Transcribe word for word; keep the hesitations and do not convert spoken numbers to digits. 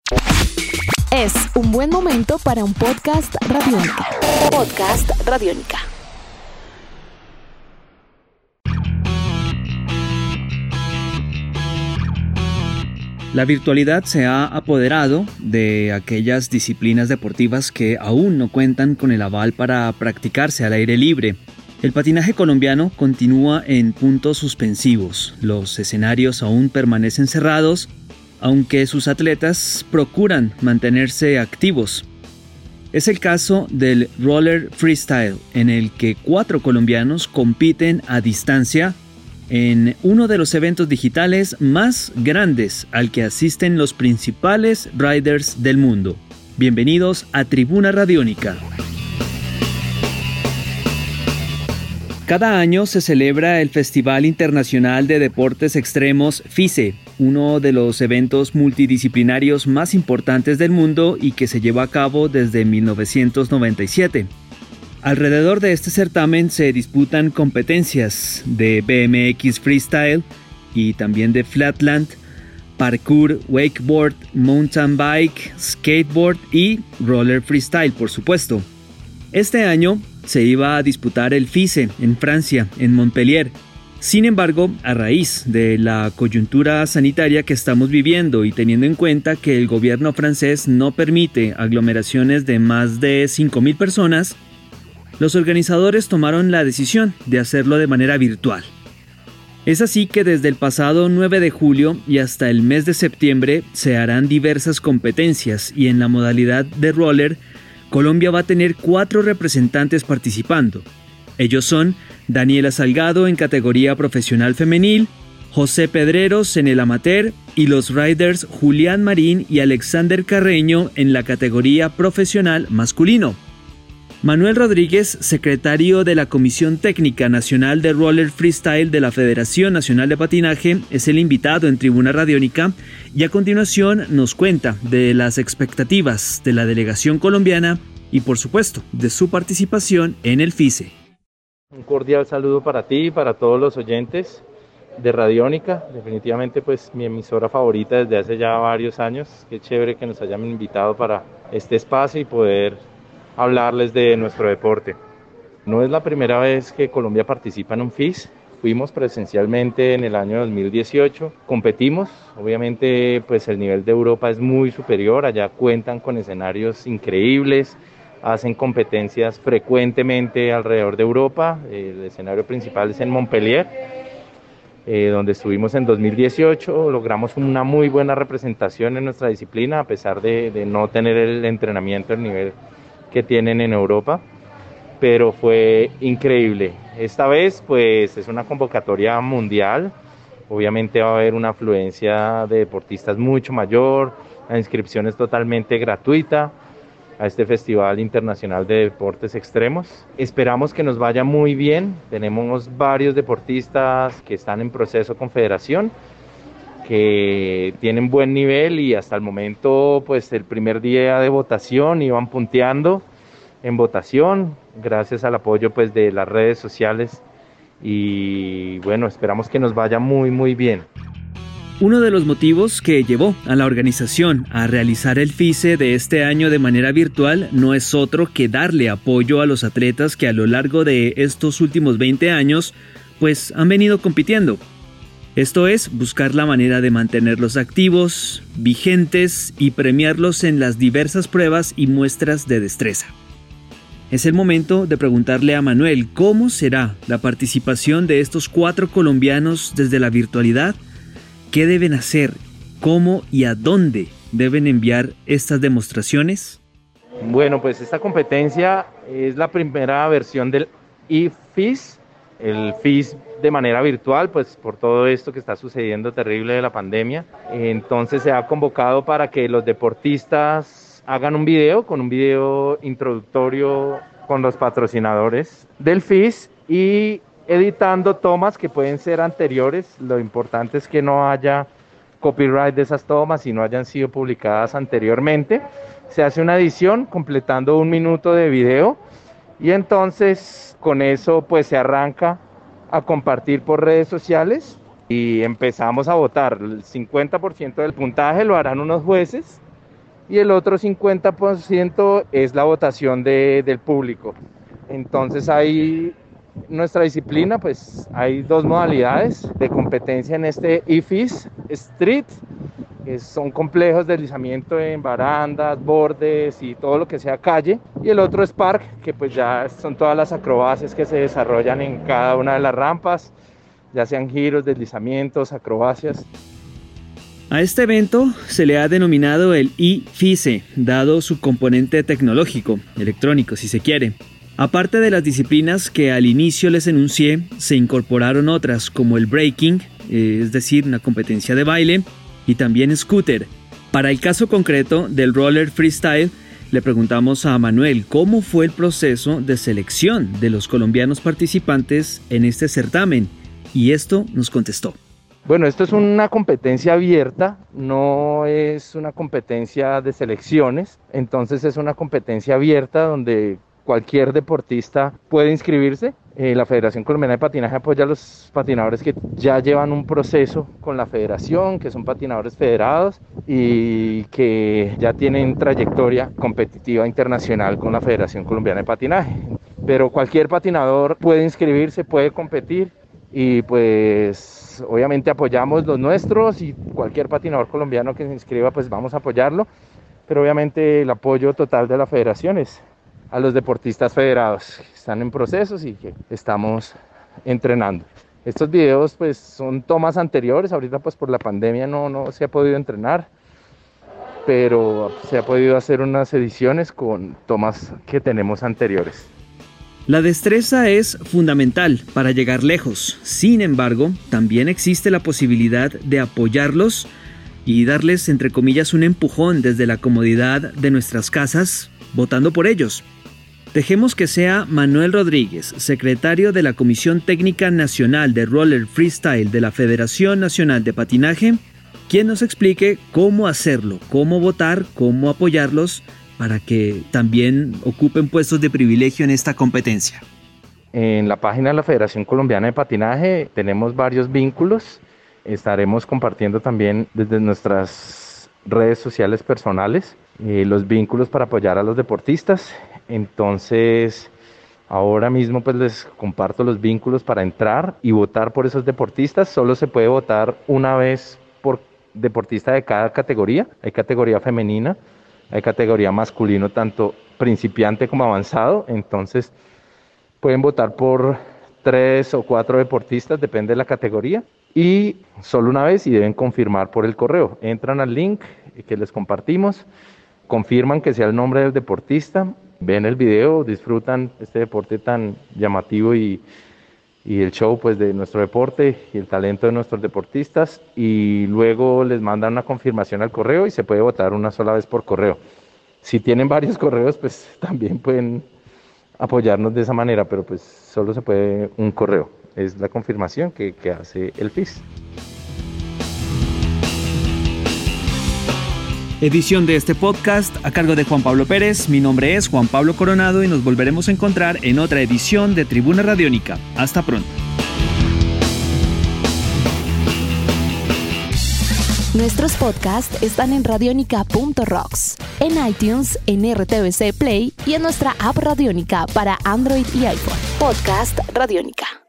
Es un buen momento para un podcast Radiónica. Podcast Radiónica. La virtualidad se ha apoderado de aquellas disciplinas deportivas que aún no cuentan con el aval para practicarse al aire libre. El patinaje colombiano continúa en puntos suspensivos. Los escenarios aún permanecen cerrados, aunque sus atletas procuran mantenerse activos. Es el caso del roller freestyle, en el que cuatro colombianos compiten a distancia en uno de los eventos digitales más grandes al que asisten los principales riders del mundo. Bienvenidos a Tribuna Radiónica. Cada año se celebra el Festival Internacional de Deportes Extremos FISE, uno de los eventos multidisciplinarios más importantes del mundo y que se lleva a cabo desde mil novecientos noventa y siete. Alrededor de este certamen se disputan competencias de B M X Freestyle y también de Flatland, parkour, wakeboard, mountain bike, skateboard y roller freestyle, por supuesto. Este año se iba a disputar el FISE en Francia, en Montpellier. Sin embargo, a raíz de la coyuntura sanitaria que estamos viviendo y teniendo en cuenta que el gobierno francés no permite aglomeraciones de más de cinco mil personas, los organizadores tomaron la decisión de hacerlo de manera virtual. Es así que desde el pasado nueve de julio y hasta el mes de septiembre se harán diversas competencias y en la modalidad de roller, Colombia va a tener cuatro representantes participando. Ellos son Daniela Salgado en categoría profesional femenil, José Pedreros en el amateur y los riders Julián Marín y Alexander Carreño en la categoría profesional masculino. Manuel Rodríguez, secretario de la Comisión Técnica Nacional de Roller Freestyle de la Federación Nacional de Patinaje, es el invitado en Tribuna Radiónica y a continuación nos cuenta de las expectativas de la delegación colombiana y por supuesto de su participación en el FISE. Un cordial saludo para ti y para todos los oyentes de Radiónica, definitivamente pues mi emisora favorita desde hace ya varios años. Qué chévere que nos hayan invitado para este espacio y poder hablarles de nuestro deporte. No es la primera vez que Colombia participa en un FIS. Fuimos presencialmente en el año dos mil dieciocho, competimos, obviamente pues el nivel de Europa es muy superior, allá cuentan con escenarios increíbles, hacen competencias frecuentemente alrededor de Europa, el escenario principal es en Montpellier, eh, donde estuvimos en dos mil dieciocho, logramos una muy buena representación en nuestra disciplina a pesar de, de no tener el entrenamiento al nivel que tienen en Europa, pero fue increíble. Esta vez pues es una convocatoria mundial, obviamente va a haber una afluencia de deportistas mucho mayor, la inscripción es totalmente gratuita a este Festival Internacional de Deportes Extremos. Esperamos que nos vaya muy bien, tenemos varios deportistas que están en proceso con federación, que tienen buen nivel y hasta el momento pues el primer día de votación iban punteando en votación gracias al apoyo pues de las redes sociales y bueno, esperamos que nos vaya muy muy bien. Uno de los motivos que llevó a la organización a realizar el FISE de este año de manera virtual no es otro que darle apoyo a los atletas que a lo largo de estos últimos veinte años pues han venido compitiendo. Esto es, buscar la manera de mantenerlos activos, vigentes y premiarlos en las diversas pruebas y muestras de destreza. Es el momento de preguntarle a Manuel cómo será la participación de estos cuatro colombianos desde la virtualidad, qué deben hacer, cómo y a dónde deben enviar estas demostraciones. Bueno, pues esta competencia es la primera versión del e-FIS, el FIS de manera virtual, pues por todo esto que está sucediendo terrible de la pandemia. Entonces se ha convocado para que los deportistas hagan un video, con un video introductorio con los patrocinadores del FIS y editando tomas que pueden ser anteriores. Lo importante es que no haya copyright de esas tomas y no hayan sido publicadas anteriormente. Se hace una edición completando un minuto de video y entonces con eso pues se arranca a compartir por redes sociales y empezamos a votar. El cincuenta por ciento del puntaje lo harán unos jueces y el otro cincuenta por ciento es la votación de, del público. Entonces hay nuestra disciplina, pues hay dos modalidades de competencia en este I F I S Street, que son complejos de deslizamiento en barandas, bordes y todo lo que sea calle, y el otro es Park, que pues ya son todas las acrobacias que se desarrollan en cada una de las rampas, ya sean giros, deslizamientos, acrobacias. A este evento se le ha denominado el I F I S E, dado su componente tecnológico, electrónico si se quiere. Aparte de las disciplinas que al inicio les enuncié, se incorporaron otras como el breaking, eh, es decir, una competencia de baile, y también scooter. Para el caso concreto del roller freestyle, le preguntamos a Manuel cómo fue el proceso de selección de los colombianos participantes en este certamen, y esto nos contestó. Bueno, esto es una competencia abierta, no es una competencia de selecciones, entonces es una competencia abierta donde cualquier deportista puede inscribirse. Eh, la Federación Colombiana de Patinaje apoya a los patinadores que ya llevan un proceso con la federación, que son patinadores federados y que ya tienen trayectoria competitiva internacional con la Federación Colombiana de Patinaje. Pero cualquier patinador puede inscribirse, puede competir y pues obviamente apoyamos los nuestros y cualquier patinador colombiano que se inscriba pues vamos a apoyarlo, pero obviamente el apoyo total de la federación es a los deportistas federados que están en procesos y que estamos entrenando. Estos videos pues son tomas anteriores, ahorita pues por la pandemia no, no se ha podido entrenar, pero se ha podido hacer unas ediciones con tomas que tenemos anteriores. La destreza es fundamental para llegar lejos. Sin embargo, también existe la posibilidad de apoyarlos y darles, entre comillas, un empujón desde la comodidad de nuestras casas, votando por ellos. Dejemos que sea Manuel Rodríguez, secretario de la Comisión Técnica Nacional de Roller Freestyle de la Federación Nacional de Patinaje, quien nos explique cómo hacerlo, cómo votar, cómo apoyarlos, para que también ocupen puestos de privilegio en esta competencia. En la página de la Federación Colombiana de Patinaje tenemos varios vínculos. Estaremos compartiendo también desde nuestras redes sociales personales eh, los vínculos para apoyar a los deportistas. Entonces, ahora mismo pues les comparto los vínculos para entrar y votar por esos deportistas. Solo se puede votar una vez por deportista de cada categoría. Hay categoría femenina, hay categoría masculino, tanto principiante como avanzado. Entonces pueden votar por tres o cuatro deportistas, depende de la categoría, y solo una vez y deben confirmar por el correo. Entran al link que les compartimos, confirman que sea el nombre del deportista, ven el video, disfrutan este deporte tan llamativo y, y el show pues de nuestro deporte y el talento de nuestros deportistas, y luego les mandan una confirmación al correo y se puede votar una sola vez por correo. Si tienen varios correos pues también pueden apoyarnos de esa manera, pero pues solo se puede un correo, es la confirmación que, que hace el F I S. Edición de este podcast a cargo de Juan Pablo Pérez. Mi nombre es Juan Pablo Coronado y nos volveremos a encontrar en otra edición de Tribuna Radiónica. Hasta pronto. Nuestros podcasts están en radionica punto rocks, en iTunes, en R T V C Play y en nuestra app Radiónica para Android y iPhone. Podcast Radiónica.